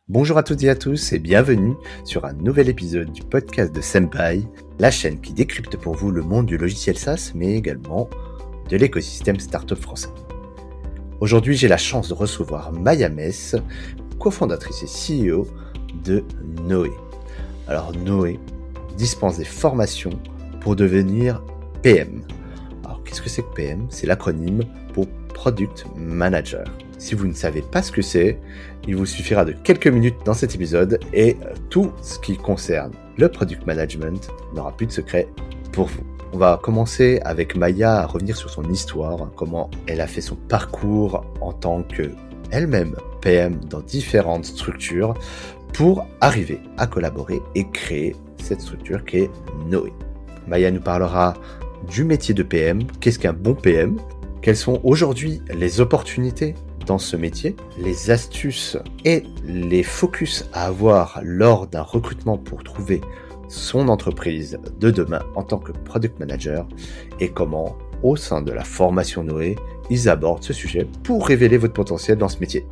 Bonjour à toutes et à tous et bienvenue sur un nouvel épisode du podcast de Senpai, la chaîne qui décrypte pour vous le monde du logiciel SaaS mais également de l'écosystème startup français. Aujourd'hui, j'ai la chance de recevoir Maya Mess, cofondatrice et CEO de Noé. Alors Noé dispense des formations pour devenir PM. Alors qu'est-ce que c'est que PM ? C'est l'acronyme pour Product Manager. Si vous ne savez pas ce que c'est, il vous suffira de quelques minutes dans cet épisode et tout ce qui concerne le product management n'aura plus de secret pour vous. On va commencer avec Maya à revenir sur son histoire, comment elle a fait son parcours en tant que elle-même PM dans différentes structures pour arriver à collaborer et créer cette structure qui est Noé. Maya nous parlera du métier de PM, qu'est-ce qu'un bon PM, quelles sont aujourd'hui les opportunités dans ce métier, les astuces et les focus à avoir lors d'un recrutement pour trouver son entreprise de demain en tant que product manager et comment, au sein de la formation Noé, ils abordent ce sujet pour révéler votre potentiel dans ce métier.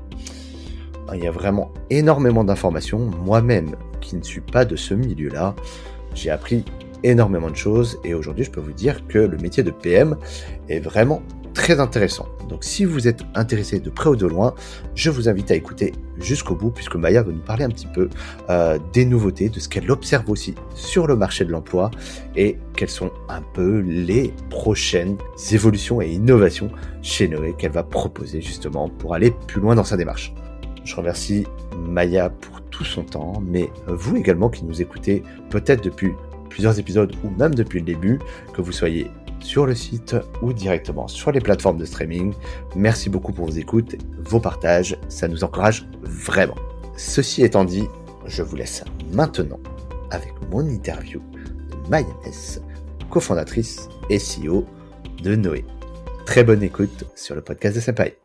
Il y a vraiment énormément d'informations. Moi-même, qui ne suis pas de ce milieu-là, j'ai appris énormément de choses et aujourd'hui, je peux vous dire que le métier de PM est vraiment très intéressant. Donc si vous êtes intéressé de près ou de loin, je vous invite à écouter jusqu'au bout puisque Maya va nous parler un petit peu des nouveautés, de ce qu'elle observe aussi sur le marché de l'emploi et quelles sont un peu les prochaines évolutions et innovations chez Noé qu'elle va proposer justement pour aller plus loin dans sa démarche. Je remercie Maya pour tout son temps, mais vous également qui nous écoutez peut-être depuis plusieurs épisodes ou même depuis le début, que vous soyez sur le site ou directement sur les plateformes de streaming. Merci beaucoup pour vos écoutes, vos partages, ça nous encourage vraiment. Ceci étant dit, je vous laisse maintenant avec mon interview de Maya Mess, cofondatrice et CEO de Noé. Très bonne écoute sur le podcast de Senpai.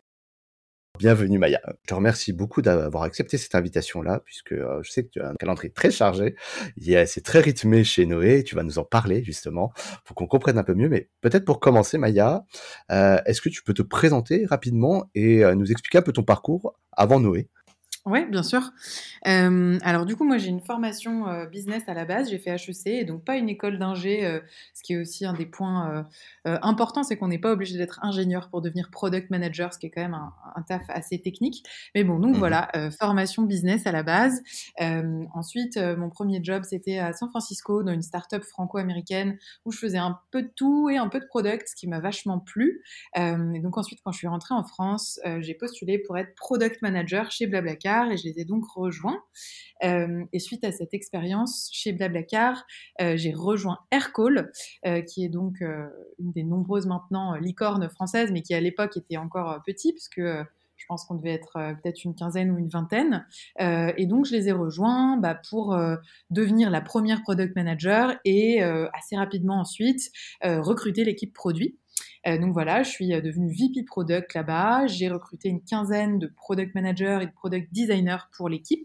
Bienvenue Maya. Je te remercie beaucoup d'avoir accepté cette invitation-là, puisque je sais que tu as un calendrier très chargé. C'est très rythmé chez Noé, tu vas nous en parler justement, pour qu'on comprenne un peu mieux. Mais peut-être pour commencer Maya, est-ce que tu peux te présenter rapidement et nous expliquer un peu ton parcours avant Noé ? Ouais, bien sûr. Alors du coup, moi j'ai une formation business à la base, j'ai fait HEC, et donc pas une école d'ingé, ce qui est aussi un des points importants, c'est qu'on n'est pas obligé d'être ingénieur pour devenir product manager, ce qui est quand même un taf assez technique. Mais bon, donc voilà, formation business à la base. Ensuite, mon premier job, c'était à San Francisco, dans une start-up franco-américaine, où je faisais un peu de tout et un peu de product, ce qui m'a vachement plu. Et donc ensuite, quand je suis rentrée en France, j'ai postulé pour être product manager chez Blablacar, et je les ai donc rejoints. Et suite à cette expérience chez Blablacar, j'ai rejoint Aircall, qui est donc une des nombreuses maintenant licornes françaises, mais qui à l'époque était encore petit, puisque je pense qu'on devait être peut-être une quinzaine ou une vingtaine. Et donc, je les ai rejoints pour devenir la première product manager et assez rapidement ensuite recruter l'équipe produit. Donc voilà, je suis devenue VP Product là-bas. J'ai recruté une quinzaine de product managers et de product designers pour l'équipe.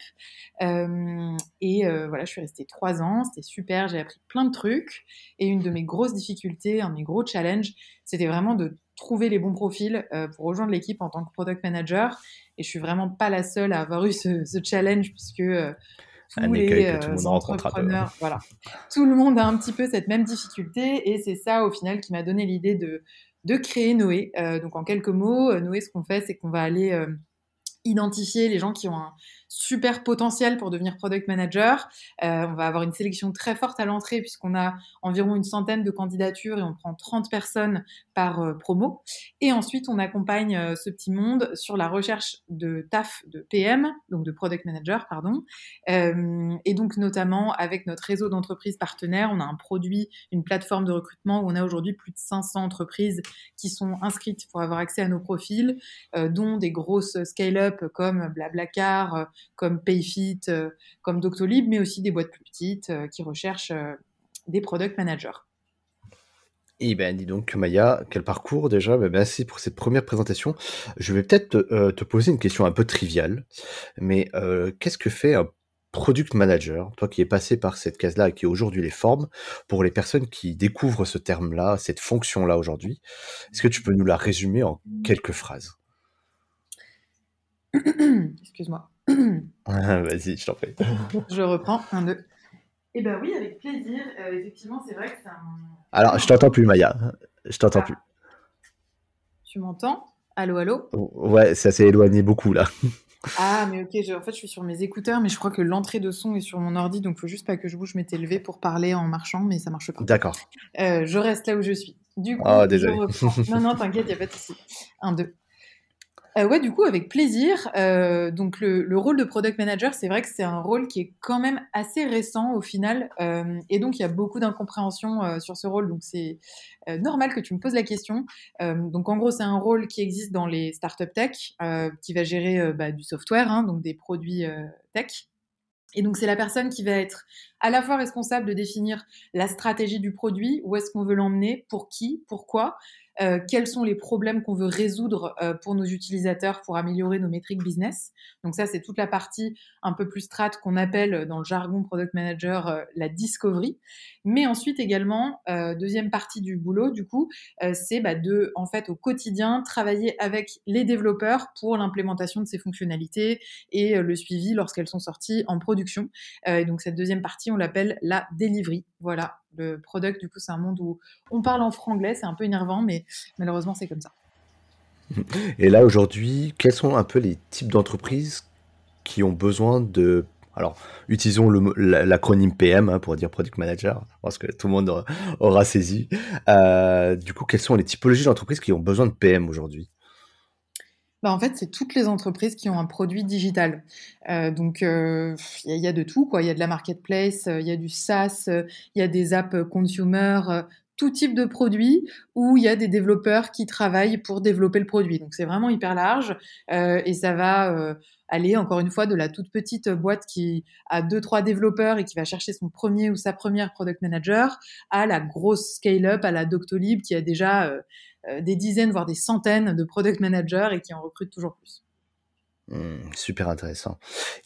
Voilà, je suis restée 3 ans. C'était super, j'ai appris plein de trucs. Et une de mes grosses difficultés, un de mes gros challenges, c'était vraiment de trouver les bons profils pour rejoindre l'équipe en tant que product manager. Et je suis vraiment pas la seule à avoir eu ce challenge, puisque tous les entrepreneurs, voilà, tout le monde a un petit peu cette même difficulté, et c'est ça au final qui m'a donné l'idée de créer Noé. Donc en quelques mots, Noé, ce qu'on fait, c'est qu'on va aller identifier les gens qui ont un super potentiel pour devenir product manager. On va avoir une sélection très forte à l'entrée, puisqu'on a environ une centaine de candidatures et on prend 30 personnes par promo. Et ensuite, on accompagne ce petit monde sur la recherche de taf de PM, donc de product manager, pardon. Et donc, notamment, avec notre réseau d'entreprises partenaires, on a un produit, une plateforme de recrutement où on a aujourd'hui plus de 500 entreprises qui sont inscrites pour avoir accès à nos profils, dont des grosses scale-up comme Blablacar, comme Payfit, comme Doctolib, mais aussi des boîtes plus petites qui recherchent des product managers. Eh ben, dis donc, Maya, quel parcours déjà. Merci pour cette première présentation. Je vais peut-être te poser une question un peu triviale, mais qu'est-ce que fait un product manager, toi qui es passé par cette case-là et qui aujourd'hui les forme, pour les personnes qui découvrent ce terme-là, cette fonction-là aujourd'hui? Est-ce que tu peux nous la résumer en quelques phrases? Excuse-moi. Vas-y, je t'en prie. Je reprends un, deux. Eh ben oui, avec plaisir. Effectivement, c'est vrai que c'est Alors, un je t'entends rôle. plus, Maya. Je t'entends plus. Ah, tu m'entends? Allô, allô? Ouais, ça s'est éloigné beaucoup là. Ah, mais ok, en fait, je suis sur mes écouteurs, mais je crois que l'entrée de son est sur mon ordi, donc faut juste pas que je bouge. Je m'étais levée pour parler en marchant, mais ça marche pas. D'accord. Je reste là où je suis. Du Oh, coup, je désolé. reprends. Non, non, t'inquiète, y a pas de souci. Un, deux. Ouais, du coup, avec plaisir. Donc, le rôle de product manager, c'est vrai que c'est un rôle qui est quand même assez récent au final. Et donc, il y a beaucoup d'incompréhension sur ce rôle. Donc, c'est normal que tu me poses la question. Donc, en gros, c'est un rôle qui existe dans les startup tech, qui va gérer du software, hein, donc des produits tech. Et donc, c'est la personne qui va être à la fois responsable de définir la stratégie du produit, où est-ce qu'on veut l'emmener, pour qui, pourquoi, quels sont les problèmes qu'on veut résoudre pour nos utilisateurs pour améliorer nos métriques business. Donc ça, c'est toute la partie un peu plus strat qu'on appelle dans le jargon product manager la discovery. Mais ensuite également, deuxième partie du boulot, du coup, c'est de, en fait, au quotidien, travailler avec les développeurs pour l'implémentation de ces fonctionnalités et le suivi lorsqu'elles sont sorties en production. Et donc cette deuxième partie, on l'appelle la delivery. Voilà, le product, du coup, c'est un monde où on parle en franglais, c'est un peu énervant, mais malheureusement, c'est comme ça. Et là, aujourd'hui, quels sont un peu les types d'entreprises qui ont besoin de... Alors, utilisons l'acronyme PM hein, pour dire Product Manager, parce que tout le monde aura saisi. Du coup, quelles sont les typologies d'entreprises qui ont besoin de PM aujourd'hui? En fait, c'est toutes les entreprises qui ont un produit digital. Donc, il y a de tout, quoi. Il y a de la marketplace, il y a du SaaS, il y a des apps consumer, tout type de produits où il y a des développeurs qui travaillent pour développer le produit. Donc, c'est vraiment hyper large et ça va aller, encore une fois, de la toute petite boîte qui a deux, trois développeurs et qui va chercher son premier ou sa première product manager à la grosse scale-up, à la Doctolib qui a déjà des dizaines, voire des centaines de product managers et qui en recrutent toujours plus. Super intéressant.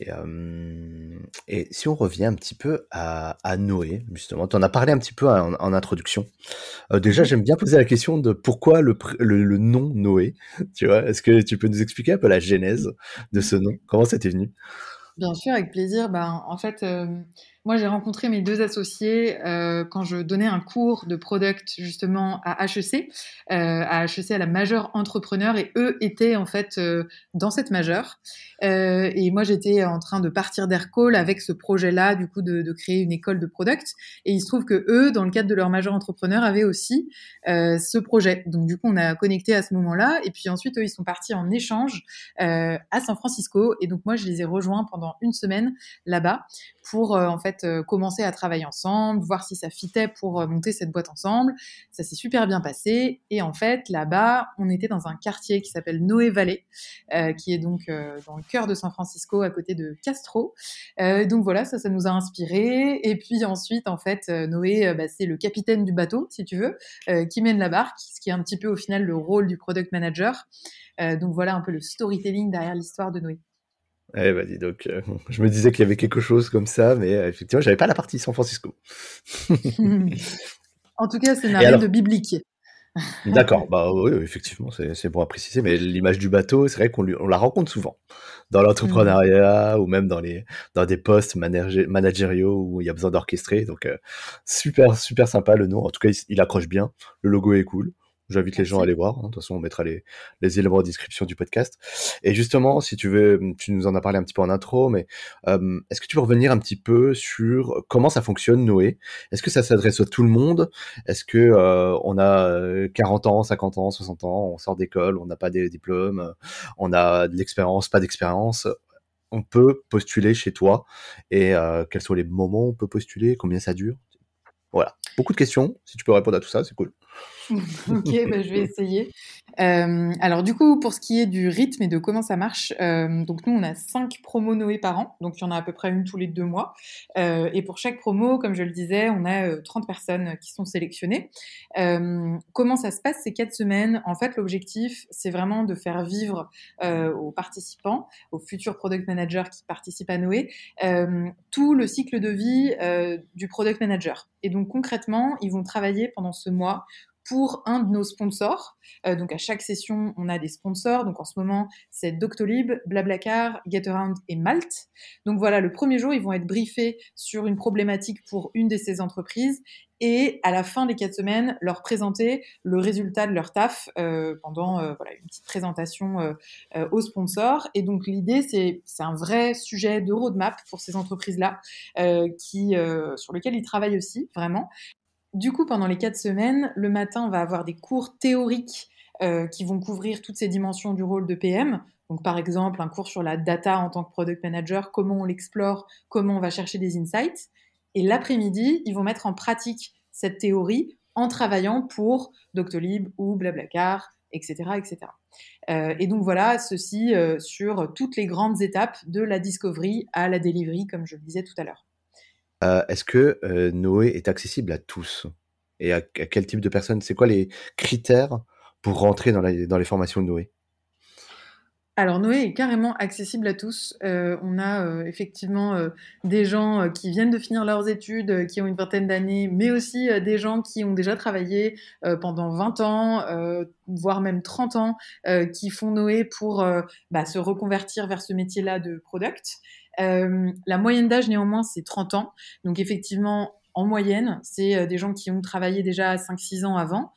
Et si on revient un petit peu à Noé, justement, tu en as parlé un petit peu en introduction. Déjà, Mhm. j'aime bien poser la question de pourquoi le nom Noé. Tu vois, est-ce que tu peux nous expliquer un peu la genèse de ce nom? Comment ça t'est venu? Bien sûr, avec plaisir. En fait, moi, j'ai rencontré mes deux associés quand je donnais un cours de product justement à HEC, à HEC à la majeure entrepreneur, et eux étaient en fait dans cette majeure. Et moi, j'étais en train de partir d'Aircall avec ce projet-là, du coup, de créer une école de product. Et il se trouve que eux, dans le cadre de leur majeure entrepreneur, avaient aussi ce projet. Donc, du coup, on a connecté à ce moment-là. Et puis ensuite, eux, ils sont partis en échange à San Francisco. Et donc moi, je les ai rejoints pendant une semaine là-bas pour en fait commencer à travailler ensemble, voir si ça fitait pour monter cette boîte ensemble. Ça s'est super bien passé. Et en fait, là-bas, on était dans un quartier qui s'appelle Noé Valley, qui est donc dans le cœur de San Francisco, à côté de Castro. Donc voilà, ça nous a inspiré. Et puis ensuite, en fait, Noé, c'est le capitaine du bateau, si tu veux, qui mène la barque, ce qui est un petit peu au final le rôle du product manager. Donc voilà un peu le storytelling derrière l'histoire de Noé. Eh bah dis donc, je me disais qu'il y avait quelque chose comme ça, mais effectivement, j'avais pas la partie San Francisco. En tout cas, Et scénario de alors, biblique. d'accord, bah oui, oui, effectivement, c'est bon à préciser, mais l'image du bateau, c'est vrai on la rencontre souvent dans Mm. l'entrepreneuriat ou même dans des postes managériaux où il y a besoin d'orchestrer. Donc, super, super sympa le nom. En tout cas, il accroche bien. Le logo est cool. J'invite les gens à Merci. aller voir, hein. De toute façon, on mettra les éléments en description du podcast. Et justement, si tu veux, tu nous en as parlé un petit peu en intro, mais est-ce que tu peux revenir un petit peu sur comment ça fonctionne, Noé? Est-ce que ça s'adresse à tout le monde? Est-ce que on a 40 ans, 50 ans, 60 ans, on sort d'école, on n'a pas des diplômes, on a de l'expérience, pas d'expérience, on peut postuler chez toi? Et quels sont les moments où on peut postuler? Combien ça dure? Voilà, beaucoup de questions. Si tu peux répondre à tout ça, c'est cool. Ok, je vais essayer. Alors du coup, pour ce qui est du rythme et de comment ça marche, donc nous on a 5 promos Noé par an, donc il y en a à peu près une tous les 2 mois. Et pour chaque promo, comme je le disais, on a 30 personnes qui sont sélectionnées. Comment ça se passe ces 4 semaines? En fait, l'objectif, c'est vraiment de faire vivre aux participants, aux futurs product managers qui participent à Noé, tout le cycle de vie du product manager. Et donc concrètement, ils vont travailler pendant ce mois pour un de nos sponsors. Donc à chaque session, on a des sponsors. Donc en ce moment, c'est Doctolib, Blablacar, Getaround et Malte. Donc voilà, le premier jour, ils vont être briefés sur une problématique pour une de ces entreprises et à la fin des 4 semaines, leur présenter le résultat de leur taf pendant voilà, une petite présentation aux sponsors. Et donc l'idée, c'est un vrai sujet de roadmap pour ces entreprises-là sur lequel ils travaillent aussi, vraiment. Du coup, pendant les 4 semaines, le matin, on va avoir des cours théoriques qui vont couvrir toutes ces dimensions du rôle de PM. Donc, par exemple, un cours sur la data en tant que product manager, comment on l'explore, comment on va chercher des insights. Et l'après-midi, ils vont mettre en pratique cette théorie en travaillant pour Doctolib ou Blablacar, etc., etc. Et donc voilà, ceci sur toutes les grandes étapes de la discovery à la delivery, comme je le disais tout à l'heure. Est-ce que Noé est accessible à tous? Et à quel type de personnes? C'est quoi les critères pour rentrer dans les formations de Noé? Alors Noé est carrément accessible à tous. On a effectivement des gens qui viennent de finir leurs études, qui ont une vingtaine d'années, mais aussi des gens qui ont déjà travaillé pendant 20 ans, voire même 30 ans, qui font Noé pour se reconvertir vers ce métier-là de product. La moyenne d'âge néanmoins, c'est 30 ans. Donc effectivement, en moyenne, c'est des gens qui ont travaillé déjà 5-6 ans avant.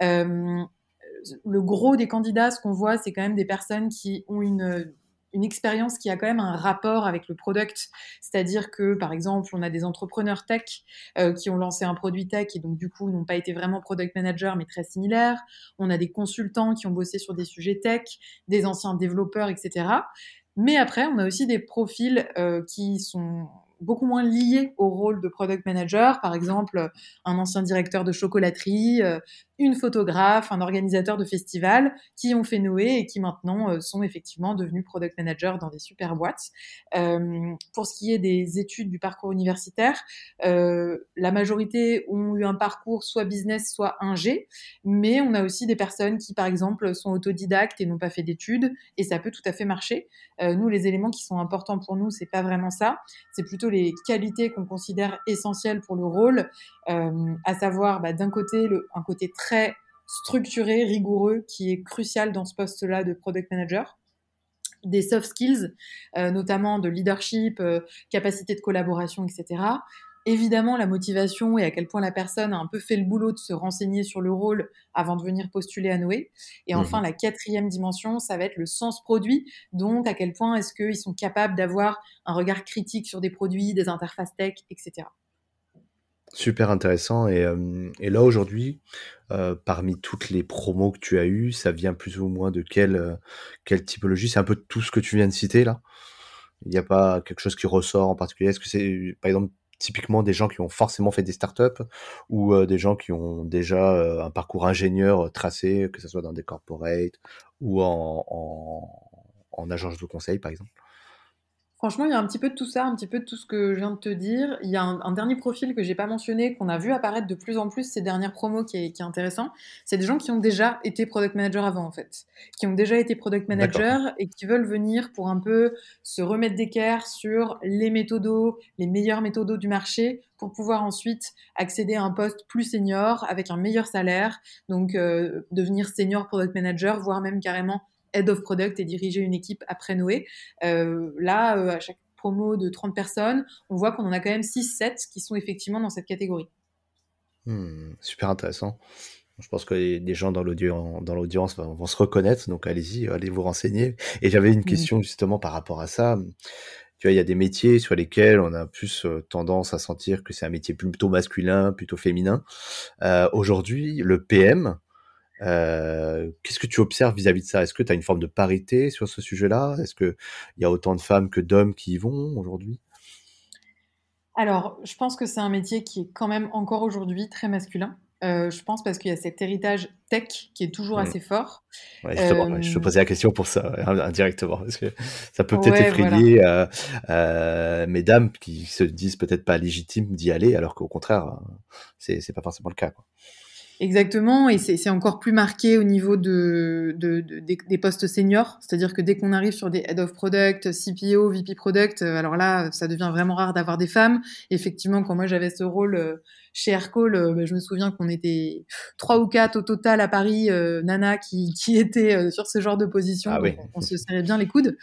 Le gros des candidats, ce qu'on voit, c'est quand même des personnes qui ont une expérience qui a quand même un rapport avec le product. C'est-à-dire que, par exemple, on a des entrepreneurs tech qui ont lancé un produit tech et donc, du coup, n'ont pas été vraiment product manager, mais très similaires. On a des consultants qui ont bossé sur des sujets tech, des anciens développeurs, etc. Mais après, on a aussi des profils qui sont beaucoup moins liés au rôle de product manager. Par exemple, un ancien directeur de chocolaterie, une photographe, un organisateur de festival qui ont fait Noé et qui maintenant sont effectivement devenus product managers dans des super boîtes. Pour ce qui est des études du parcours universitaire, la majorité ont eu un parcours soit business, soit ingé, mais on a aussi des personnes qui, par exemple, sont autodidactes et n'ont pas fait d'études, et ça peut tout à fait marcher. Nous, les éléments qui sont importants pour nous, c'est pas vraiment ça, c'est plutôt les qualités qu'on considère essentielles pour le rôle, à savoir d'un côté un côté très structuré, rigoureux, qui est crucial dans ce poste-là de product manager, des soft skills, notamment de leadership, capacité de collaboration, etc. Évidemment, la motivation et à quel point la personne a un peu fait le boulot de se renseigner sur le rôle avant de venir postuler à Noé. Et enfin, Mmh. la 4e dimension, ça va être le sens produit. Donc, à quel point est-ce qu'ils sont capables d'avoir un regard critique sur des produits, des interfaces tech, etc. Super intéressant et là aujourd'hui, parmi toutes les promos que tu as eues, ça vient plus ou moins de quelle typologie? C'est un peu tout ce que tu viens de citer là? Il n'y a pas quelque chose qui ressort en particulier? Est-ce que c'est, par exemple, typiquement des gens qui ont forcément fait des startups ou des gens qui ont déjà, un parcours ingénieur, tracé, que ce soit dans des corporates ou en agence de conseil, par exemple? Franchement, il y a un petit peu de tout ça, un petit peu de tout ce que je viens de te dire. Il y a un dernier profil que j'ai pas mentionné, qu'on a vu apparaître de plus en plus ces dernières promos, qui est intéressant. C'est des gens qui ont déjà été product manager avant, en fait. Qui ont déjà été product D'accord. manager et qui veulent venir pour un peu se remettre d'équerre sur les méthodos, les meilleurs méthodos du marché pour pouvoir ensuite accéder à un poste plus senior avec un meilleur salaire. Donc, devenir senior product manager, voire même carrément head of product et diriger une équipe après Noé. À chaque promo de 30 personnes, on voit qu'on en a quand même 6-7 qui sont effectivement dans cette catégorie. Super intéressant. Je pense que les gens dans l'audience vont se reconnaître, donc allez-y, allez vous renseigner. Et j'avais une Mm. question justement par rapport à ça. Tu vois, il y a des métiers sur lesquels on a plus tendance à sentir que c'est un métier plutôt masculin, plutôt féminin. Aujourd'hui, le PM, qu'est-ce que tu observes vis-à-vis de ça? Est-ce que tu as une forme de parité sur ce sujet-là? Est-ce qu'il y a autant de femmes que d'hommes qui y vont aujourd'hui? Alors, je pense que c'est un métier qui est quand même encore aujourd'hui très masculin. Je pense parce qu'il y a cet héritage tech qui est toujours Hmm. assez fort. Ouais, justement, ouais, je te Euh, posais la question pour ça, indirectement, parce que ça peut peut-être ouais, voilà. effrayer mesdames qui se disent peut-être pas légitimes d'y aller, alors qu'au contraire, c'est pas forcément le cas, quoi. Exactement, et c'est encore plus marqué au niveau des postes seniors, c'est-à-dire que dès qu'on arrive sur des Head of Product, CPO, VP Product, alors là, ça devient vraiment rare d'avoir des femmes. Effectivement, quand moi j'avais ce rôle chez Aircall, je me souviens qu'on était 3 ou 4 au total à Paris, nana, qui étaient sur ce genre de position, Ah donc oui. on se serrait bien les coudes.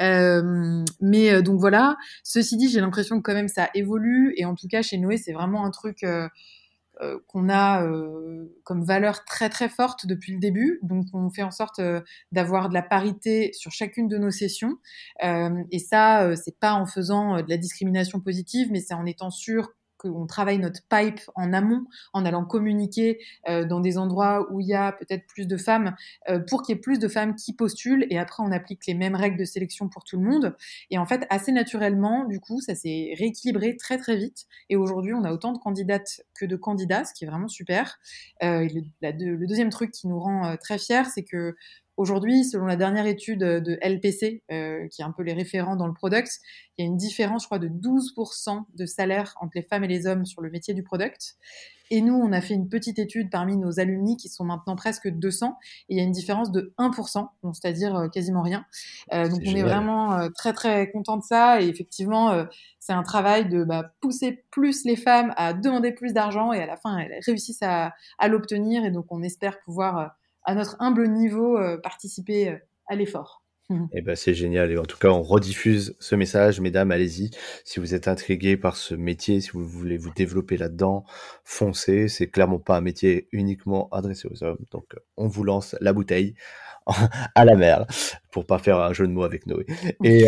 Donc voilà. Ceci dit, j'ai l'impression que quand même ça évolue, et en tout cas chez Noé, c'est vraiment un truc qu'on a comme valeur très très forte depuis le début. Donc on fait en sorte d'avoir de la parité sur chacune de nos sessions. Et ça, c'est pas en faisant de la discrimination positive, mais c'est en étant sûr qu'on travaille notre pipe en amont, en allant communiquer dans des endroits où il y a peut-être plus de femmes, pour qu'il y ait plus de femmes qui postulent, et après on applique les mêmes règles de sélection pour tout le monde. Et en fait, assez naturellement, du coup, ça s'est rééquilibré très très vite. Et aujourd'hui, on a autant de candidates que de candidats, ce qui est vraiment super. Et le deuxième truc qui nous rend très fiers, c'est que aujourd'hui, selon la dernière étude de LPC, qui est un peu les référents dans le product, il y a une différence, je crois, de 12% de salaire entre les femmes et les hommes sur le métier du product. Et nous, on a fait une petite étude parmi nos alumni, qui sont maintenant presque 200, et il y a une différence de 1%, donc c'est-à-dire quasiment rien. Donc C'est on est génial. vraiment très très content de ça, et effectivement, c'est un travail de pousser plus les femmes à demander plus d'argent, et à la fin, elles réussissent à l'obtenir, et donc on espère pouvoir, à notre humble niveau, participer à l'effort. Eh ben, c'est génial. Et en tout cas, on rediffuse ce message. Mesdames, allez-y. Si vous êtes intrigués par ce métier, si vous voulez vous développer là-dedans, foncez. C'est clairement pas un métier uniquement adressé aux hommes. Donc, on vous lance la bouteille à la mer, pour pas faire un jeu de mots avec Noé. Et,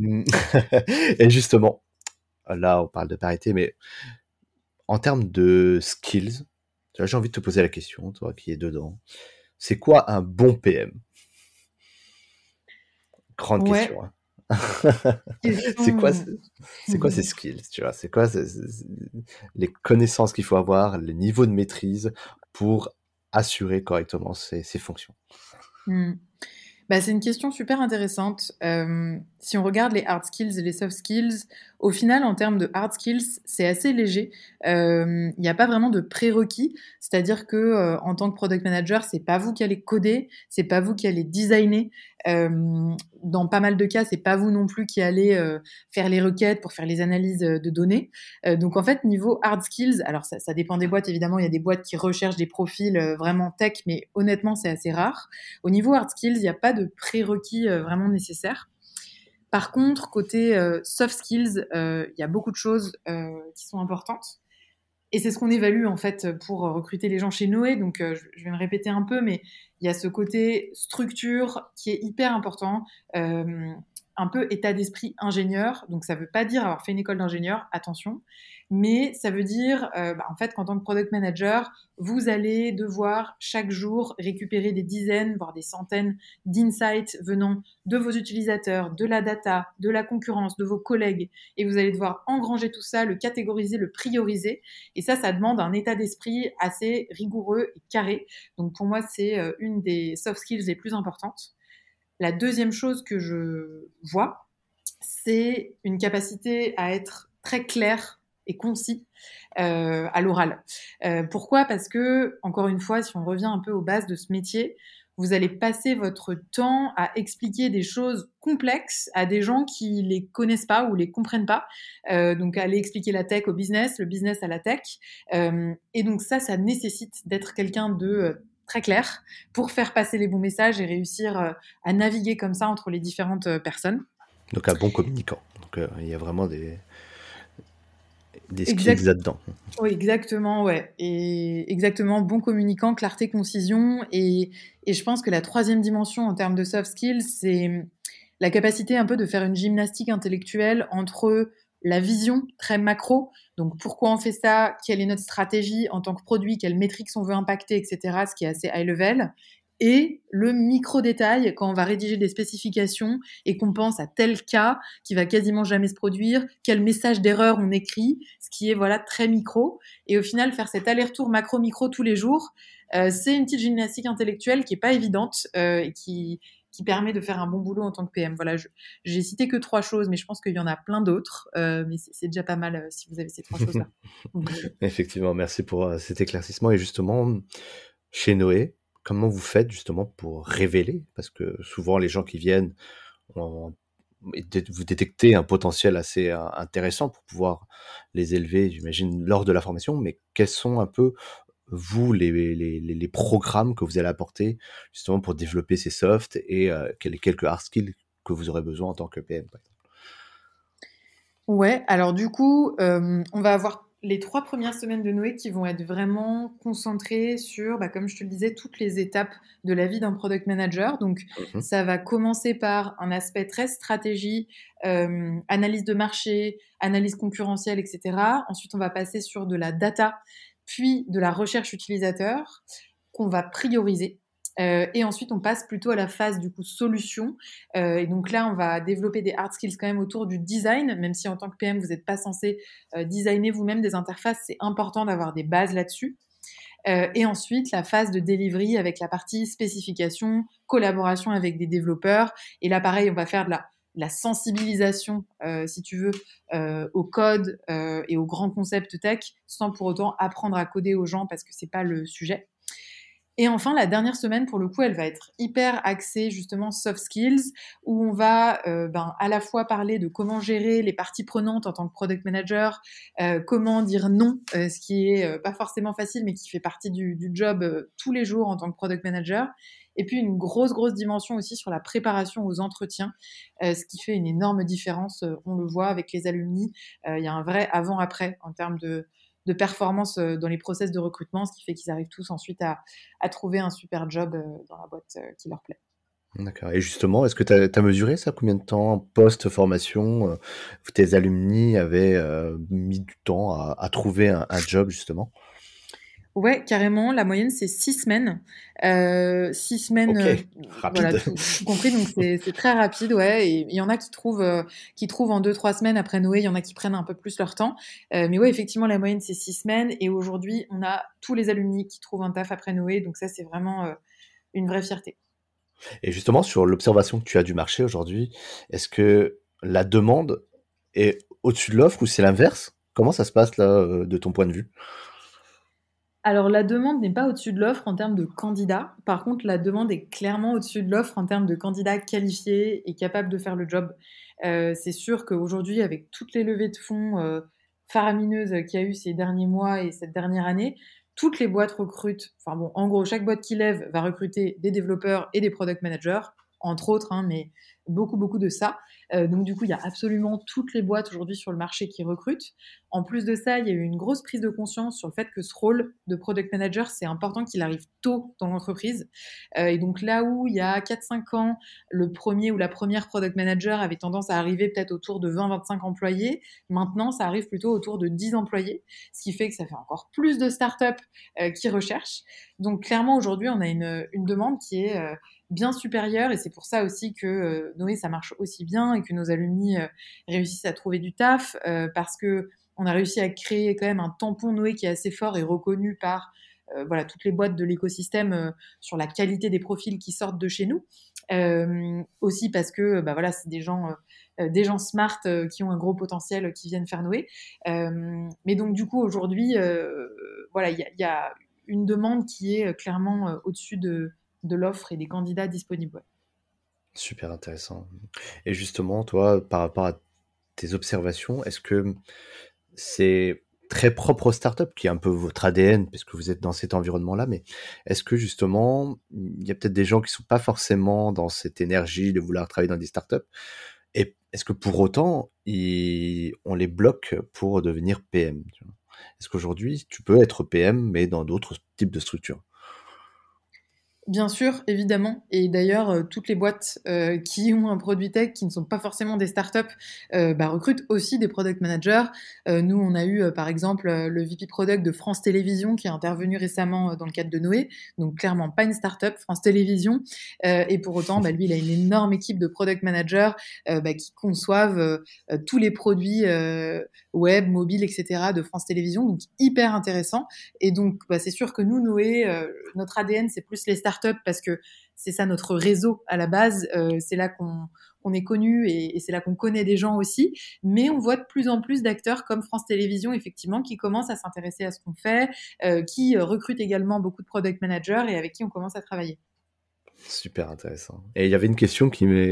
et justement, là, on parle de parité, mais en termes de skills, tu vois, j'ai envie de te poser la question, toi qui es dedans. C'est quoi un bon PM? Grande Ouais, question, hein. C'est quoi, question. c'est quoi ces skills, tu vois? C'est quoi les connaissances qu'il faut avoir, le niveau de maîtrise pour assurer correctement ces fonctions? Hmm. C'est une question super intéressante. Si on regarde les hard skills et les soft skills, au final, en termes de hard skills, c'est assez léger. Il n'y a pas vraiment de prérequis, c'est-à-dire que en tant que product manager, c'est pas vous qui allez coder, c'est pas vous qui allez designer. Dans pas mal de cas, c'est pas vous non plus qui allez faire les requêtes pour faire les analyses de données. Donc en fait, niveau hard skills, alors ça dépend des boîtes évidemment. Il y a des boîtes qui recherchent des profils vraiment tech, mais honnêtement, c'est assez rare. Au niveau hard skills, il n'y a pas de prérequis vraiment nécessaires. Par contre, côté soft skills, il y a beaucoup de choses qui sont importantes. Et c'est ce qu'on évalue en fait pour recruter les gens chez Noé. Donc je vais me répéter un peu, mais il y a ce côté structure qui est hyper important. Un peu état d'esprit ingénieur. Donc ça ne veut pas dire avoir fait une école d'ingénieur, attention, mais ça veut dire en fait qu'en tant que product manager, vous allez devoir chaque jour récupérer des dizaines, voire des centaines d'insights venant de vos utilisateurs, de la data, de la concurrence, de vos collègues, et vous allez devoir engranger tout ça, le catégoriser, le prioriser. Et ça demande un état d'esprit assez rigoureux et carré. Donc pour moi, c'est une des soft skills les plus importantes. La deuxième chose que je vois, c'est une capacité à être très clair et concis à l'oral. Pourquoi ? Parce que, encore une fois, si on revient un peu aux bases de ce métier, vous allez passer votre temps à expliquer des choses complexes à des gens qui les connaissent pas ou les comprennent pas. Donc, aller expliquer la tech au business, le business à la tech. Et donc ça nécessite d'être quelqu'un de très clair pour faire passer les bons messages et réussir à naviguer comme ça entre les différentes personnes. Donc un bon communicant. Donc il y a vraiment des skills Exact. là-dedans. Oui, exactement, ouais. Et exactement, bon communicant, clarté, concision. Et je pense que la troisième dimension en termes de soft skills, c'est la capacité un peu de faire une gymnastique intellectuelle entre la vision très macro, donc pourquoi on fait ça, quelle est notre stratégie en tant que produit, quelles métriques on veut impacter, etc., ce qui est assez high level, et le micro-détail quand on va rédiger des spécifications et qu'on pense à tel cas qui va quasiment jamais se produire, quel message d'erreur on écrit, ce qui est voilà très micro. Et au final, faire cet aller-retour macro-micro tous les jours, c'est une petite gymnastique intellectuelle qui est pas évidente et qui qui permet de faire un bon boulot en tant que PM. Voilà, j'ai cité que 3 choses, mais je pense qu'il y en a plein d'autres. Mais c'est déjà pas mal si vous avez ces 3 choses-là. Effectivement, merci pour cet éclaircissement. Et justement, chez Noé, comment vous faites justement pour révéler? Parce que souvent, les gens qui viennent, ont- vous détectez un potentiel assez intéressant pour pouvoir les élever, j'imagine, lors de la formation. Mais quels sont un peu, vous, les programmes que vous allez apporter justement pour développer ces softs et les quelques hard skills que vous aurez besoin en tant que PM, par exemple? Ouais, alors du coup, on va avoir les 3 premières semaines de Noé qui vont être vraiment concentrées sur, comme je te le disais, toutes les étapes de la vie d'un product manager. Donc Mhm. ça va commencer par un aspect très stratégie, analyse de marché, analyse concurrentielle, et cetera. Ensuite, on va passer sur de la data, puis de la recherche utilisateur qu'on va prioriser. Et ensuite, on passe plutôt à la phase du coup solution. Et donc là, on va développer des hard skills quand même autour du design, même si en tant que PM, vous n'êtes pas censé designer vous-même des interfaces, c'est important d'avoir des bases là-dessus. Et ensuite, la phase de delivery avec la partie spécification, collaboration avec des développeurs. Et là, pareil, on va faire de la sensibilisation, si tu veux, au code et aux grands concepts tech, sans pour autant apprendre à coder aux gens parce que c'est pas le sujet. Et enfin, la dernière semaine, pour le coup, elle va être hyper axée justement soft skills, où on va à la fois parler de comment gérer les parties prenantes en tant que product manager, comment dire non, ce qui est pas forcément facile, mais qui fait partie du job tous les jours en tant que product manager. Et puis une grosse dimension aussi sur la préparation aux entretiens, ce qui fait une énorme différence. On le voit avec les alumni. Il y a un vrai avant-après en termes de performance dans les process de recrutement, ce qui fait qu'ils arrivent tous ensuite à trouver un super job dans la boîte qui leur plaît. D'accord. Et justement, est-ce que tu as mesuré ça? Combien de temps post-formation, tes alumni avaient mis du temps à trouver un job, justement? Ouais, carrément. La moyenne, c'est 6 semaines. 6 semaines, Ok, voilà, rapide. tout compris. Donc, c'est très rapide, ouais. Et il y en a qui trouvent en 2, 3 semaines après Noé. Il y en a qui prennent un peu plus leur temps. Mais ouais, effectivement, la moyenne, c'est 6 semaines. Et aujourd'hui, on a tous les alumni qui trouvent un taf après Noé. Donc, ça, c'est vraiment une vraie fierté. Et justement, sur l'observation que tu as du marché aujourd'hui, est-ce que la demande est au-dessus de l'offre ou c'est l'inverse? Comment ça se passe là, de ton point de vue? Alors, la demande n'est pas au-dessus de l'offre en termes de candidats. Par contre, la demande est clairement au-dessus de l'offre en termes de candidats qualifiés et capables de faire le job. C'est sûr qu'aujourd'hui, avec toutes les levées de fonds faramineuses qu'il y a eu ces derniers mois et cette dernière année, toutes les boîtes recrutent. Enfin bon, en gros, chaque boîte qui lève va recruter des développeurs et des product managers, entre autres, hein, mais beaucoup de ça. Donc du coup, il y a absolument toutes les boîtes aujourd'hui sur le marché qui recrutent. En plus de ça, il y a eu une grosse prise de conscience sur le fait que ce rôle de product manager, c'est important qu'il arrive tôt dans l'entreprise. Et donc là où il y a 4-5 ans, le premier ou la première product manager avait tendance à arriver peut-être autour de 20-25 employés, maintenant ça arrive plutôt autour de 10 employés, ce qui fait que ça fait encore plus de startups qui recherchent. Donc clairement aujourd'hui, on a une demande qui est bien supérieure et c'est pour ça aussi que Noé, ça marche aussi bien et que nos alumni réussissent à trouver du taf parce que on a réussi à créer quand même un tampon Noé qui est assez fort et reconnu par voilà, toutes les boîtes de l'écosystème sur la qualité des profils qui sortent de chez nous. Aussi parce que voilà, c'est des gens smart qui ont un gros potentiel qui viennent faire Noé. Mais donc du coup aujourd'hui, voilà, il y a une demande qui est clairement au-dessus de l'offre et des candidats disponibles. Ouais. Super intéressant. Et justement, toi, par rapport à tes observations, est-ce que c'est très propre aux startups, qui est un peu votre ADN, puisque vous êtes dans cet environnement-là, mais est-ce que justement, il y a peut-être des gens qui sont pas forcément dans cette énergie de vouloir travailler dans des startups, et est-ce que pour autant, on les bloque pour devenir PM, tu vois? Est-ce qu'aujourd'hui, tu peux être PM, mais dans d'autres types de structures? Bien sûr, évidemment. Et d'ailleurs, toutes les boîtes qui ont un produit tech, qui ne sont pas forcément des startups, recrutent aussi des product managers. Nous, on a eu, par exemple, le VP Product de France Télévisions qui est intervenu récemment dans le cadre de Noé. Donc, clairement, pas une startup, France Télévisions. Et pour autant, lui, il a une énorme équipe de product managers qui conçoivent tous les produits web, mobile, etc. de France Télévisions. Donc, hyper intéressant. Et donc, c'est sûr que nous, Noé, notre ADN, c'est plus les startups startups parce que c'est ça notre réseau à la base. C'est là qu'on est connu et c'est là qu'on connaît des gens aussi. Mais on voit de plus en plus d'acteurs comme France Télévisions, effectivement, qui commencent à s'intéresser à ce qu'on fait, qui recrutent également beaucoup de product managers et avec qui on commence à travailler. Super intéressant. Et il y avait une question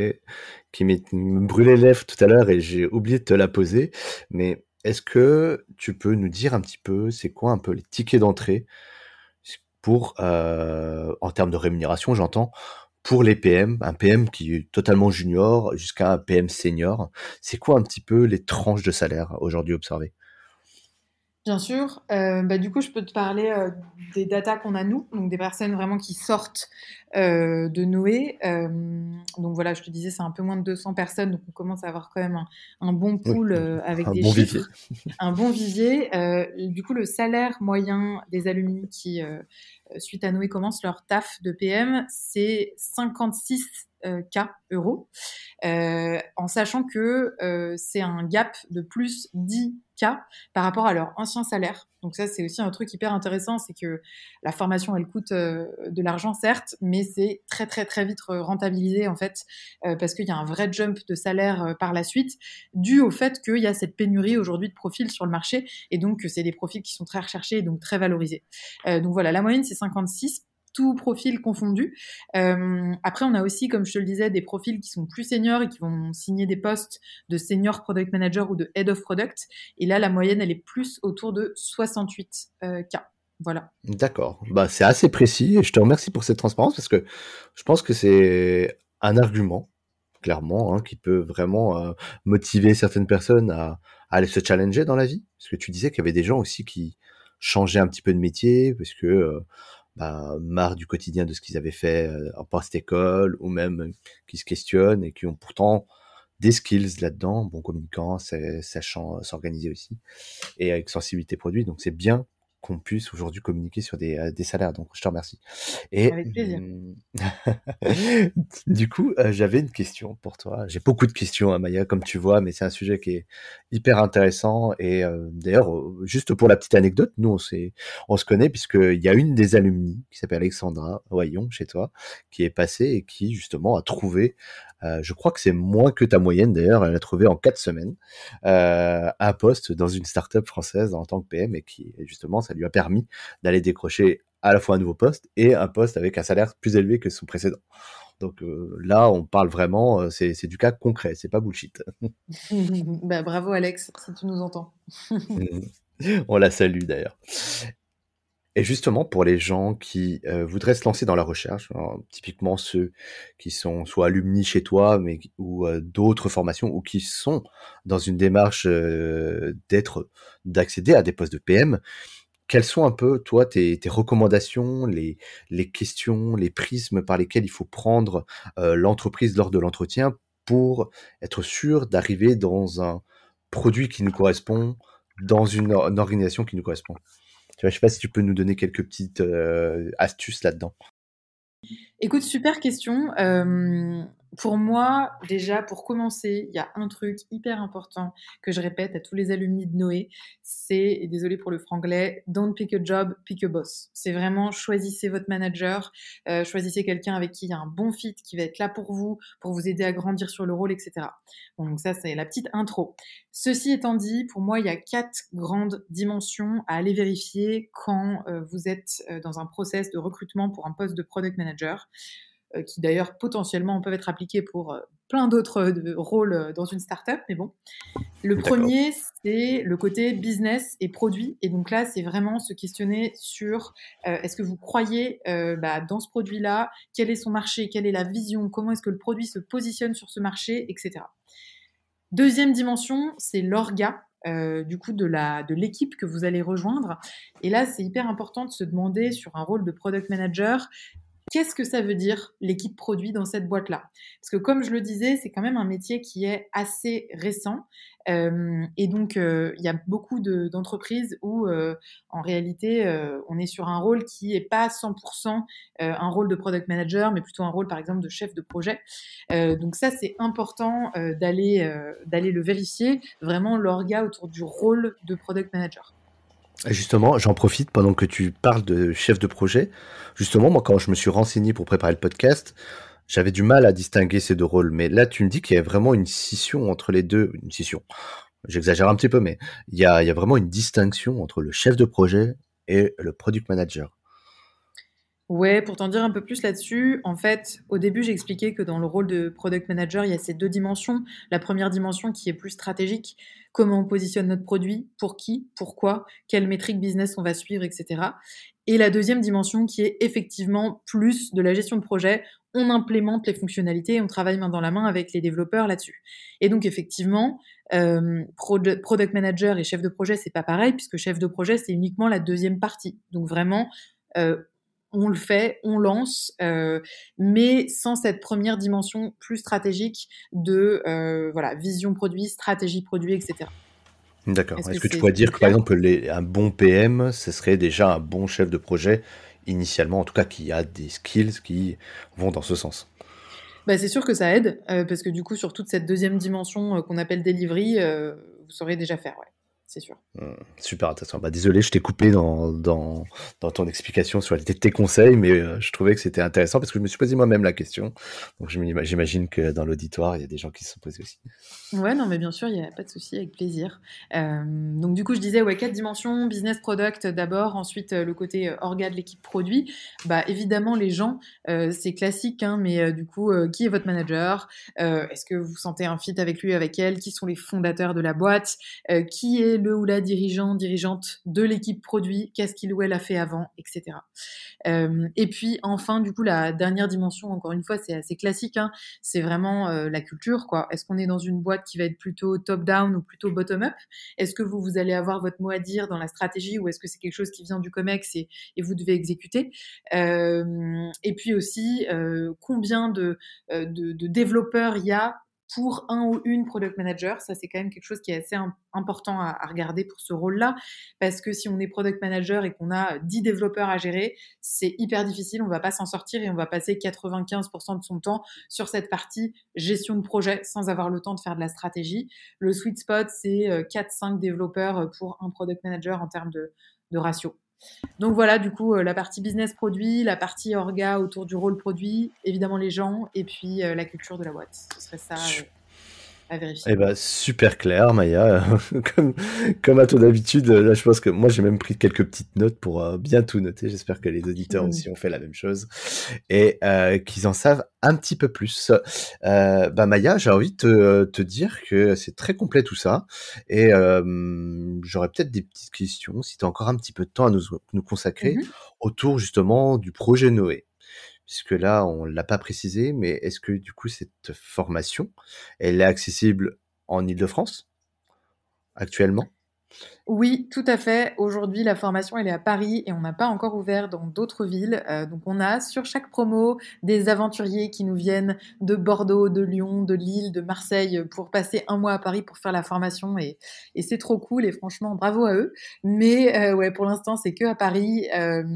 qui me brûlait les lèvres tout à l'heure et j'ai oublié de te la poser. Mais est-ce que tu peux nous dire un petit peu, c'est quoi un peu les tickets d'entrée pour, en termes de rémunération, j'entends, pour les PM, un PM qui est totalement junior jusqu'à un PM senior. C'est quoi un petit peu les tranches de salaire aujourd'hui observées? Bien sûr. Du coup, je peux te parler des datas qu'on a nous, donc des personnes vraiment qui sortent de Noé. Donc voilà, je te disais, c'est un peu moins de 200 personnes, donc on commence à avoir quand même un bon Oui, pool avec un des bon vivier. chiffres, un bon vivier. Du coup, le salaire moyen des alumni qui, suite à Noé, commencent leur taf de PM, c'est 56 K euros. En sachant que c'est un gap de plus 10K par rapport à leur ancien salaire. Donc ça, c'est aussi un truc hyper intéressant, c'est que la formation, elle coûte de l'argent, certes, mais c'est très, très, très vite rentabilisé, en fait, parce qu'il y a un vrai jump de salaire par la suite, dû au fait qu'il y a cette pénurie aujourd'hui de profils sur le marché, et donc que c'est des profils qui sont très recherchés et donc très valorisés. Donc voilà, la moyenne, c'est 56, tout profil confondu. Après, on a aussi, comme je te le disais, des profils qui sont plus seniors et qui vont signer des postes de senior product manager ou de head of product. Et là, la moyenne, elle est plus autour de 68 K. Voilà. D'accord. Bah, c'est assez précis et je te remercie pour cette transparence parce que je pense que c'est un argument, clairement, hein, qui peut vraiment motiver certaines personnes à aller se challenger dans la vie. Parce que tu disais qu'il y avait des gens aussi qui changeaient un petit peu de métier parce que bah, marre du quotidien de ce qu'ils avaient fait en post-école ou même qui se questionnent et qui ont pourtant des skills là-dedans, bon communicant, sachant s'organiser aussi et avec sensibilité produit. Donc c'est bien qu'on puisse aujourd'hui communiquer sur des salaires. Donc je te remercie. Et Avec plaisir. du coup, j'avais une question pour toi. J'ai beaucoup de questions, hein, Maya, comme tu vois, mais c'est un sujet qui est hyper intéressant. Et d'ailleurs, juste pour la petite anecdote, nous, on se connaît puisqu'il y a une des alumni qui s'appelle Alexandra Wayon, chez toi, qui est passée et qui, justement, a trouvé, je crois que c'est moins que ta moyenne d'ailleurs, elle a trouvé en 4 semaines, un poste dans une start-up française en tant que PM et qui, justement, ça lui a permis d'aller décrocher à la fois un nouveau poste et un poste avec un salaire plus élevé que son précédent. Donc là, on parle vraiment, c'est du cas concret, c'est pas bullshit. Bravo Alex, si tu nous entends. On la salue d'ailleurs. Et justement, pour les gens qui voudraient se lancer dans la recherche, hein, typiquement ceux qui sont soit alumni chez toi, mais ou d'autres formations, ou qui sont dans une démarche d'accéder à des postes de PM, quelles sont un peu, toi, tes recommandations, les questions, les prismes par lesquels il faut prendre l'entreprise lors de l'entretien pour être sûr d'arriver dans un produit qui nous correspond, dans une organisation qui nous correspond? Tu vois, je sais pas si tu peux nous donner quelques petites astuces là-dedans. Écoute, super question. Pour moi, déjà, pour commencer, il y a un truc hyper important que je répète à tous les alumni de Noé, c'est, et désolé pour le franglais, don't pick a job, pick a boss. C'est vraiment choisissez votre manager, choisissez quelqu'un avec qui il y a un bon fit, qui va être là pour vous aider à grandir sur le rôle, etc. Bon, donc ça, c'est la petite intro. Ceci étant dit, pour moi, il y a 4 grandes dimensions à aller vérifier quand vous êtes dans un process de recrutement pour un poste de product manager, qui d'ailleurs potentiellement peuvent être appliqués pour plein d'autres rôles dans une startup, mais bon. Le D'accord. premier, c'est le côté business et produit. Et donc là, c'est vraiment se questionner sur est-ce que vous croyez dans ce produit-là, quel est son marché, quelle est la vision, comment est-ce que le produit se positionne sur ce marché, etc. Deuxième dimension, c'est l'orga, du coup de l'équipe que vous allez rejoindre. Et là, c'est hyper important de se demander sur un rôle de product manager, qu'est-ce que ça veut dire l'équipe produit dans cette boîte-là? Parce que comme je le disais, c'est quand même un métier qui est assez récent. Et donc, il y a beaucoup d'entreprises où, en réalité, on est sur un rôle qui n'est pas 100% un rôle de product manager, mais plutôt un rôle, par exemple, de chef de projet. Donc ça, c'est important d'aller le vérifier, vraiment l'orga autour du rôle de product manager. Et justement, j'en profite pendant que tu parles de chef de projet. Justement, moi, quand je me suis renseigné pour préparer le podcast, j'avais du mal à distinguer ces deux rôles. Mais là, tu me dis qu'il y a vraiment une scission entre les deux. Une scission. J'exagère un petit peu, mais il y a vraiment une distinction entre le chef de projet et le product manager. Ouais, pour t'en dire un peu plus là-dessus, en fait, au début, j'ai expliqué que dans le rôle de product manager, il y a ces deux dimensions. La première dimension qui est plus stratégique, comment on positionne notre produit, pour qui, pourquoi, quelles métriques business on va suivre, etc. Et la deuxième dimension qui est effectivement plus de la gestion de projet. On implémente les fonctionnalités, on travaille main dans la main avec les développeurs là-dessus. Et donc effectivement, product manager et chef de projet, c'est pas pareil, puisque chef de projet, c'est uniquement la deuxième partie. Donc vraiment, euh, on le fait, on lance, mais sans cette première dimension plus stratégique de voilà, vision produit, stratégie produit, etc. D'accord. Est-ce que Est-ce que tu c'est pourrais dire que, par clair? exemple, un bon PM, ce serait déjà un bon chef de projet, initialement, en tout cas, qui a des skills qui vont dans ce sens? Bah, c'est sûr que ça aide, parce que du coup, sur toute cette deuxième dimension qu'on appelle delivery, vous saurez déjà faire, ouais, c'est sûr. Super intéressant. Bah, désolé, je t'ai coupé dans ton explication sur tes conseils, mais je trouvais que c'était intéressant parce que je me suis posé moi-même la question. Donc j'imagine que dans l'auditoire, il y a des gens qui se sont posés aussi. Ouais, non, mais bien sûr, il y a pas de souci, avec plaisir. Donc du coup, je disais, ouais, 4 dimensions, business product d'abord, ensuite le côté orga de l'équipe produit. Bah évidemment, les gens, c'est classique, hein, mais du coup, qui est votre manager? Est-ce que vous sentez un fit avec lui, avec elle? Qui sont les fondateurs de la boîte? Qui est le ou la dirigeante de l'équipe produit? Qu'est-ce qu'il ou elle a fait avant, etc. Et puis enfin, du coup, la dernière dimension, encore une fois, c'est assez classique, hein, c'est vraiment la culture, quoi. Est-ce qu'on est dans une boîte qui va être plutôt top-down ou plutôt bottom-up? Est-ce que vous allez avoir votre mot à dire dans la stratégie ou est-ce que c'est quelque chose qui vient du COMEX et vous devez exécuter? Et puis aussi, combien de développeurs il y a pour un ou une product manager? Ça, c'est quand même quelque chose qui est assez important à regarder pour ce rôle-là, parce que si on est product manager et qu'on a 10 développeurs à gérer, c'est hyper difficile, on va pas s'en sortir et on va passer 95% de son temps sur cette partie gestion de projet sans avoir le temps de faire de la stratégie. Le sweet spot, c'est 4-5 développeurs pour un product manager en termes de ratio. Donc voilà, du coup, la partie business produit, la partie orga autour du rôle produit, évidemment les gens, et puis la culture de la boîte. Ce serait ça à Eh vérifier. ben, super clair, Maya. Comme, comme à ton habitude, là, je pense que moi, j'ai même pris quelques petites notes pour bien tout noter. J'espère que les auditeurs aussi ont fait la même chose et qu'ils en savent un petit peu plus. Bah, Maya, j'ai envie de te dire que c'est très complet tout ça et j'aurais peut-être des petites questions, si tu as encore un petit peu de temps à nous consacrer, Mhm. autour justement du projet Noé. Puisque là, on l'a pas précisé, mais est-ce que du coup cette formation, elle est accessible en Île-de-France actuellement? Oui, tout à fait. Aujourd'hui, la formation, elle est à Paris et on n'a pas encore ouvert dans d'autres villes. Donc, on a sur chaque promo des aventuriers qui nous viennent de Bordeaux, de Lyon, de Lille, de Marseille pour passer un mois à Paris pour faire la formation et c'est trop cool et franchement, bravo à eux. Mais ouais, pour l'instant, c'est que à Paris.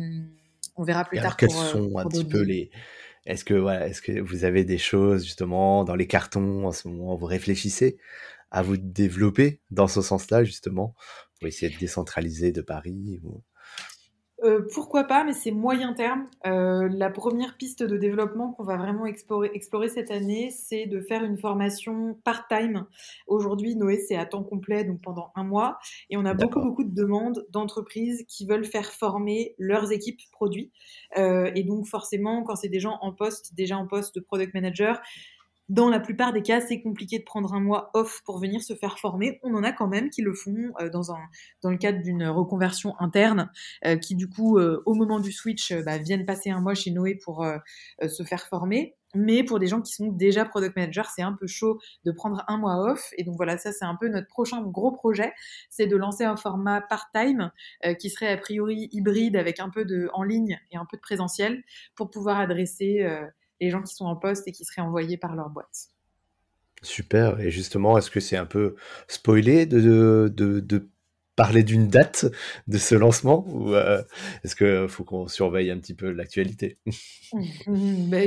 On verra plus Et alors, tard quels sont un pour petit d'autres peu villes. les... Est-ce que, voilà, est-ce que vous avez des choses justement dans les cartons en ce moment, vous réfléchissez à vous développer dans ce sens-là justement pour essayer de décentraliser de Paris ou... Pourquoi pas, mais c'est moyen terme. La première piste de développement qu'on va vraiment explorer cette année, c'est de faire une formation part-time. Aujourd'hui, Noé, c'est à temps complet, donc pendant un mois. Et on a beaucoup, D'accord. beaucoup de demandes d'entreprises qui veulent faire former leurs équipes produits. Et donc, forcément, quand c'est des gens en poste, déjà en poste de product manager, dans la plupart des cas, c'est compliqué de prendre un mois off pour venir se faire former. On en a quand même qui le font dans le cadre d'une reconversion interne, qui du coup, au moment du switch, viennent passer un mois chez Noé pour se faire former. Mais pour des gens qui sont déjà product managers, c'est un peu chaud de prendre un mois off. Et donc voilà, ça c'est un peu notre prochain gros projet, c'est de lancer un format part-time qui serait a priori hybride avec un peu de en ligne et un peu de présentiel pour pouvoir adresser les gens qui sont en poste et qui seraient envoyés par leur boîte. Super. Et justement, est-ce que c'est un peu spoilé de parler d'une date de ce lancement ou est-ce que faut qu'on surveille un petit peu l'actualité? Bah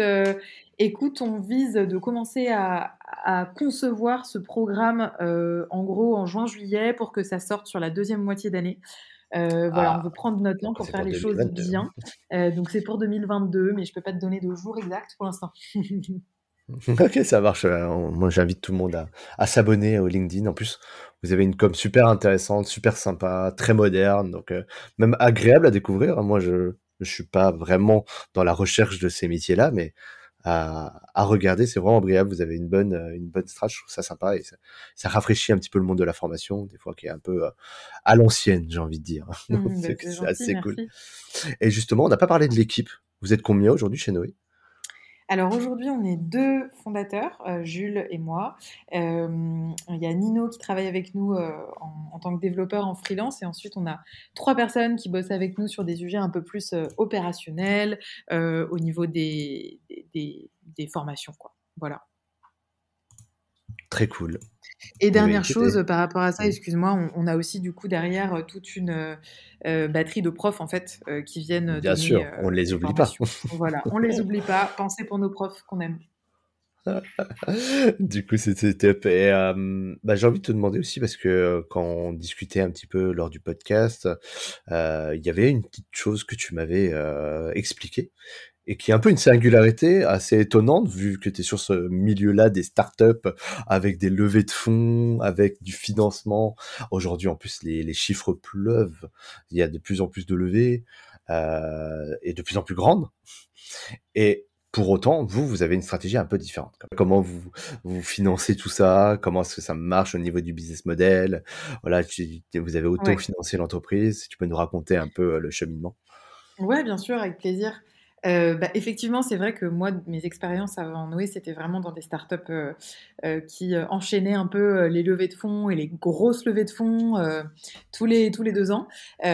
écoute, on vise de commencer à concevoir ce programme en gros en juin-juillet pour que ça sorte sur la deuxième moitié d'année. Voilà, on Ah, veut prendre notre temps donc pour c'est faire pour les choses 2022. bien. Donc c'est pour 2022, mais je peux pas te donner de jour exact pour l'instant. OK, ça marche, moi j'invite tout le monde à s'abonner au LinkedIn. En plus, vous avez une com super intéressante, super sympa, très moderne, donc même agréable à découvrir, hein. Moi je suis pas vraiment dans la recherche de ces métiers-là, mais à regarder, c'est vraiment agréable. Vous avez une bonne strat, je trouve ça sympa et ça rafraîchit un petit peu le monde de la formation, des fois qui est un peu, à l'ancienne, j'ai envie de dire. Donc Bah, c'est c'est gentil, assez cool merci. et justement, on n'a pas parlé de l'équipe. Vous êtes combien aujourd'hui chez Noé? Alors aujourd'hui, on est 2 fondateurs, Jules et moi. Il y a Nino qui travaille avec nous, en tant que développeur en freelance et ensuite on a 3 personnes qui bossent avec nous sur des sujets un peu plus, opérationnels, au niveau des formations, quoi. Voilà. Très cool. Et Eh beh, dernière écoutez, chose, par rapport à ça, oui. excuse-moi, on a aussi du coup derrière, toute une, batterie de profs en fait, qui viennent Bien donner, sûr, on ne les des oublie pas. formations. Voilà, on les oublie pas, pensez pour nos profs qu'on aime. Du coup, c'était top et bah, j'ai envie de te demander aussi parce que, quand on discutait un petit peu lors du podcast, il y avait une petite chose que tu m'avais, expliquée et qui est un peu une singularité assez étonnante vu que tu es sur ce milieu-là des startups avec des levées de fonds, avec du financement. Aujourd'hui, en plus, les chiffres pleuvent. Il y a de plus en plus de levées, et de plus en plus grandes. Et pour autant, vous avez une stratégie un peu différente. Comment vous financez tout ça? Comment est-ce que ça marche au niveau du business model? Voilà, vous avez Ouais. autofinancé l'entreprise. Si tu peux nous raconter un peu le cheminement. Ouais, bien sûr, avec plaisir. Bah, effectivement, c'est vrai que moi, mes expériences avant Noé, c'était vraiment dans des startups qui enchaînaient un peu les levées de fonds et les grosses levées de fonds tous les 2 ans.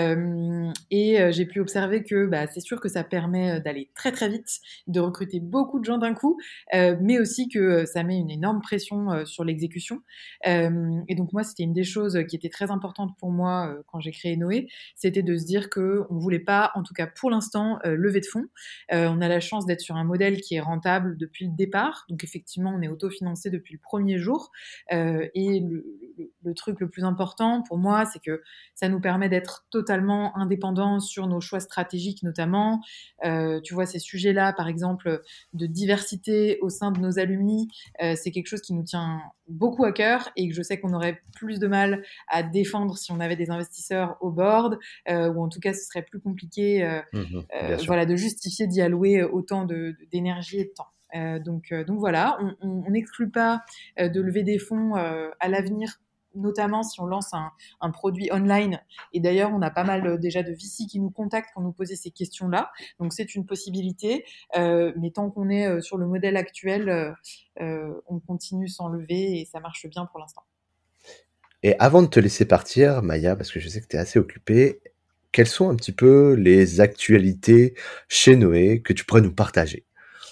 J'ai pu observer que bah, c'est sûr que ça permet d'aller très très vite, de recruter beaucoup de gens d'un coup, mais aussi que ça met une énorme pression sur l'exécution. Et donc moi, c'était une des choses qui était très importante pour moi quand j'ai créé Noé, c'était de se dire que on voulait pas, en tout cas pour l'instant, lever de fonds. On a la chance d'être sur un modèle qui est rentable depuis le départ, donc effectivement, on est autofinancé depuis le premier jour. Et le truc le plus important pour moi, c'est que ça nous permet d'être totalement indépendants sur nos choix stratégiques, notamment. Tu vois, ces sujets-là, par exemple, de diversité au sein de nos alumni, c'est quelque chose qui nous tient beaucoup à cœur et que je sais qu'on aurait plus de mal à défendre si on avait des investisseurs au board, ou en tout cas ce serait plus compliqué Mmh. Bien sûr. voilà, de justifier d'y allouer autant d'énergie et de temps. Donc voilà, on n'exclut pas de lever des fonds à l'avenir, notamment si on lance un produit online. Et d'ailleurs, on a pas mal déjà de VC qui nous contactent pour nous poser ces questions-là. Donc c'est une possibilité. Mais tant qu'on est sur le modèle actuel, on continue sans lever et ça marche bien pour l'instant. Et avant de te laisser partir, Maya, parce que je sais que tu es assez occupée, quelles sont un petit peu les actualités chez Noé que tu pourrais nous partager?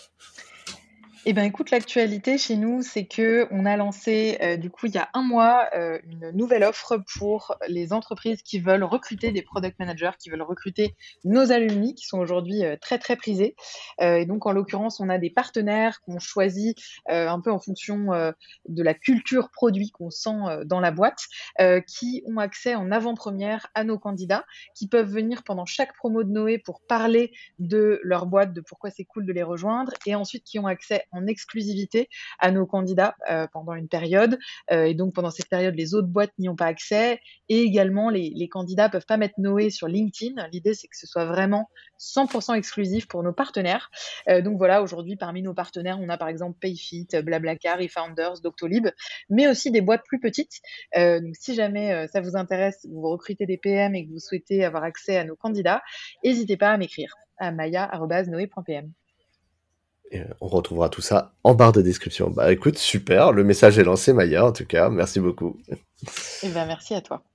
Eh ben, écoute, l'actualité chez nous, c'est que on a lancé, du coup, il y a un mois, une nouvelle offre pour les entreprises qui veulent recruter des product managers, qui veulent recruter nos alumni, qui sont aujourd'hui, très, très prisés. Et donc, en l'occurrence, on a des partenaires qu'on choisit, un peu en fonction, de la culture produit qu'on sent, dans la boîte, qui ont accès en avant-première à nos candidats, qui peuvent venir pendant chaque promo de Noé pour parler de leur boîte, de pourquoi c'est cool de les rejoindre, et ensuite qui ont accès en exclusivité à nos candidats pendant une période. Et donc pendant cette période, les autres boîtes n'y ont pas accès. Et également, les candidats peuvent pas mettre Noé sur LinkedIn. L'idée, c'est que ce soit vraiment 100% exclusif pour nos partenaires. Donc voilà, aujourd'hui, parmi nos partenaires, on a par exemple Payfit, Blablacar, eFounders, Doctolib, mais aussi des boîtes plus petites. Donc si jamais ça vous intéresse, vous recrutez des PM et que vous souhaitez avoir accès à nos candidats, n'hésitez pas à m'écrire à maya@noé.pm. Et on retrouvera tout ça en barre de description. Bah écoute, super, le message est lancé, Maya, en tout cas, merci beaucoup. Eh ben, merci à toi.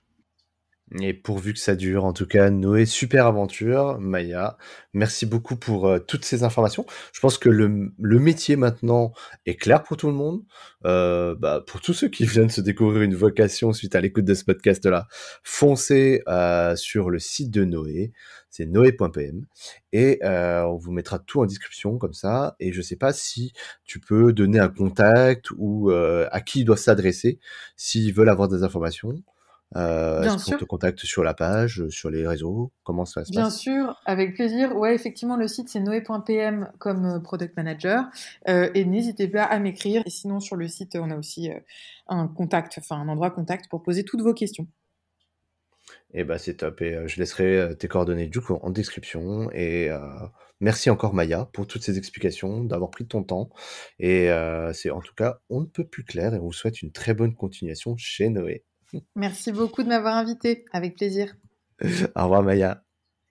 Et pourvu que ça dure, en tout cas, Noé, super aventure. Maya, merci beaucoup pour toutes ces informations. Je pense que le métier maintenant est clair pour tout le monde. Bah, pour tous ceux qui viennent se découvrir une vocation suite à l'écoute de ce podcast-là, foncez sur le site de Noé, c'est noé.pm, et on vous mettra tout en description comme ça. Et je sais pas si tu peux donner un contact ou à qui ils doivent s'adresser s'ils veulent avoir des informations. Bien Est-ce qu'on sûr. te contacte sur la page, sur les réseaux? Comment ça se Bien passe? sûr, avec plaisir. Ouais, effectivement, le site, c'est noé.pm comme product manager. Et n'hésitez pas à m'écrire. Et sinon, sur le site, on a aussi un contact, enfin un endroit contact pour poser toutes vos questions. Eh ben, c'est top et je laisserai, tes coordonnées du coup en description et merci encore Maya pour toutes ces explications, d'avoir pris ton temps et c'est en tout cas on ne peut plus clair et on vous souhaite une très bonne continuation chez Noé. Merci beaucoup de m'avoir invité. Avec plaisir. Au revoir Maya.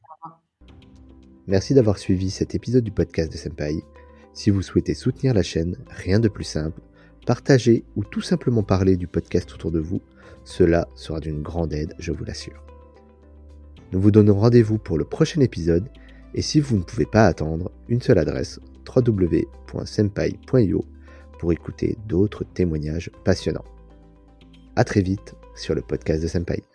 Merci d'avoir suivi cet épisode du podcast de Senpai. Si vous souhaitez soutenir la chaîne, rien de plus simple, partagez ou tout simplement parler du podcast autour de vous, cela sera d'une grande aide, je vous l'assure. Nous vous donnons rendez-vous pour le prochain épisode et si vous ne pouvez pas attendre, une seule adresse www.senpai.io pour écouter d'autres témoignages passionnants. À très vite sur le podcast de Senpai.